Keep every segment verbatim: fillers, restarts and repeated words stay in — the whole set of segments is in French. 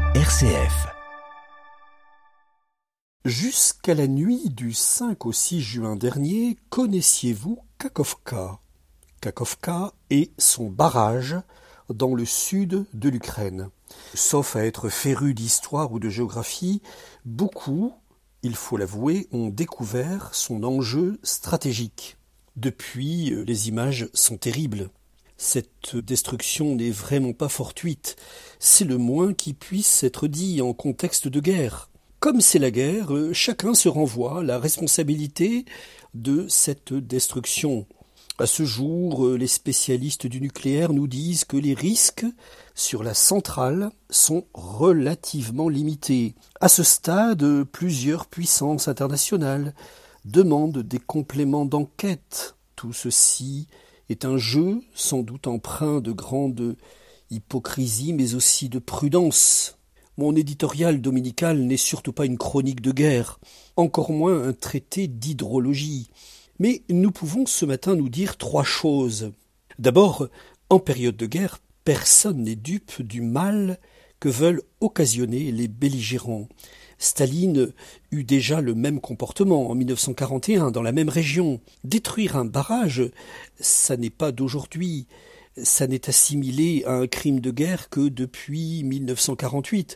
R C F. Jusqu'à la nuit du cinq au six juin dernier, connaissiez-vous Kakhovka ? Kakhovka est son barrage dans le sud de l'Ukraine. Sauf à être férus d'histoire ou de géographie, beaucoup, il faut l'avouer, ont découvert son enjeu stratégique. Depuis, les images sont terribles. Cette destruction n'est vraiment pas fortuite. C'est le moins qui puisse être dit en contexte de guerre. Comme c'est la guerre, chacun se renvoie la responsabilité de cette destruction. À ce jour, les spécialistes du nucléaire nous disent que les risques sur la centrale sont relativement limités. À ce stade, plusieurs puissances internationales demandent des compléments d'enquête. Tout ceci est un jeu sans doute empreint de grande hypocrisie mais aussi de prudence. Mon éditorial dominical n'est surtout pas une chronique de guerre, encore moins un traité d'hydrologie. Mais nous pouvons ce matin nous dire trois choses. D'abord, en période de guerre, personne n'est dupe du mal que veulent occasionner les belligérants. Staline eut déjà le même comportement en mille neuf cent quarante et un dans la même région. Détruire un barrage, ça n'est pas d'aujourd'hui. Ça n'est assimilé à un crime de guerre que depuis mille neuf cent quarante-huit.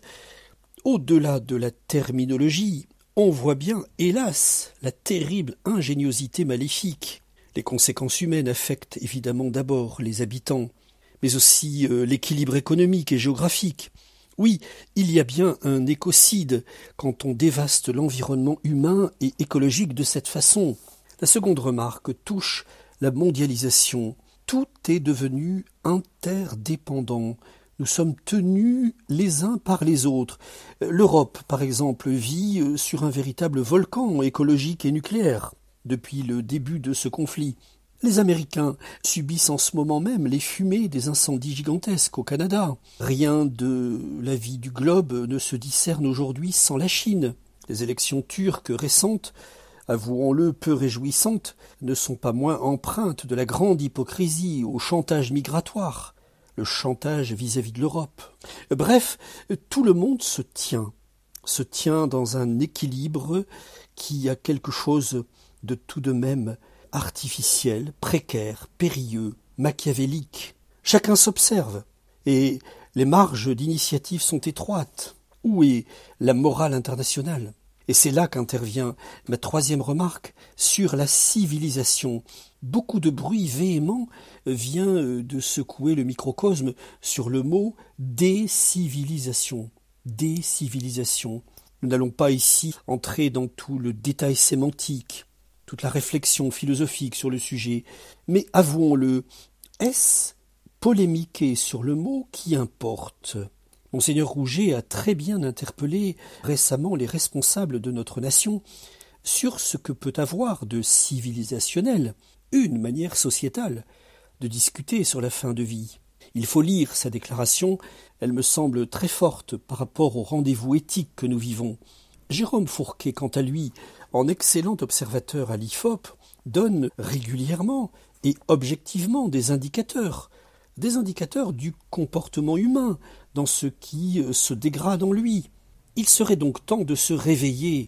Au-delà de la terminologie, on voit bien, hélas, la terrible ingéniosité maléfique. Les conséquences humaines affectent évidemment d'abord les habitants, mais aussi euh, l'équilibre économique et géographique. Oui, il y a bien un écocide quand on dévaste l'environnement humain et écologique de cette façon. La seconde remarque touche la mondialisation. Tout est devenu interdépendant. Nous sommes tenus les uns par les autres. L'Europe, par exemple, vit sur un véritable volcan écologique et nucléaire depuis le début de ce conflit. Les Américains subissent en ce moment même les fumées des incendies gigantesques au Canada. Rien de la vie du globe ne se discerne aujourd'hui sans la Chine. Les élections turques récentes, avouons-le, peu réjouissantes, ne sont pas moins empreintes de la grande hypocrisie au chantage migratoire, le chantage vis-à-vis de l'Europe. Bref, tout le monde se tient, se tient dans un équilibre qui a quelque chose de tout de même artificiel, précaire, périlleux, machiavélique. Chacun s'observe, et les marges d'initiative sont étroites. Où est la morale internationale ? Et c'est là qu'intervient ma troisième remarque sur la civilisation. Beaucoup de bruit véhément vient de secouer le microcosme sur le mot décivilisation. Décivilisation. Nous n'allons pas ici entrer dans tout le détail sémantique, toute la réflexion philosophique sur le sujet, mais avouons-le, est-ce polémiquer sur le mot qui importe ? Monseigneur Rouget a très bien interpellé récemment les responsables de notre nation sur ce que peut avoir de civilisationnel une manière sociétale de discuter sur la fin de vie. Il faut lire sa déclaration, elle me semble très forte par rapport au rendez-vous éthique que nous vivons. Jérôme Fourquet, quant à lui, en excellent observateur à l'I F O P, donne régulièrement et objectivement des indicateurs, des indicateurs du comportement humain dans ce qui se dégrade en lui. Il serait donc temps de se réveiller,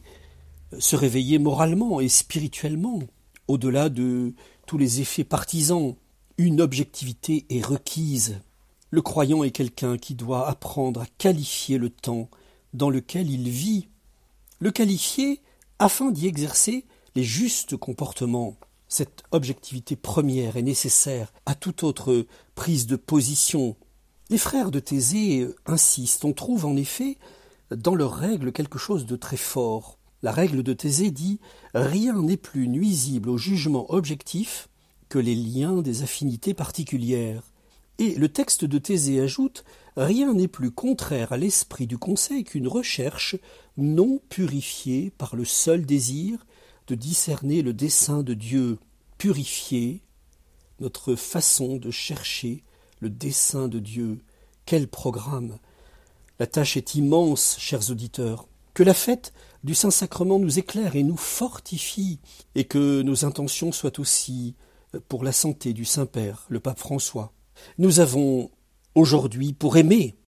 se réveiller moralement et spirituellement, au-delà de tous les effets partisans. Une objectivité est requise. Le croyant est quelqu'un qui doit apprendre à qualifier le temps dans lequel il vit, le qualifier afin d'y exercer les justes comportements. Cette objectivité première est nécessaire à toute autre prise de position. Les frères de Thésée insistent. On trouve en effet dans leurs règles quelque chose de très fort. La règle de Thésée dit « Rien n'est plus nuisible au jugement objectif que les liens des affinités particulières ». Et le texte de Thésée ajoute « Rien n'est plus contraire à l'esprit du conseil qu'une recherche non purifiée par le seul désir de discerner le dessein de Dieu. » Purifier notre façon de chercher le dessein de Dieu. Quel programme! La tâche est immense, chers auditeurs. Que la fête du Saint-Sacrement nous éclaire et nous fortifie, et que nos intentions soient aussi pour la santé du Saint-Père, le pape François. Nous avons aujourd'hui pour aimer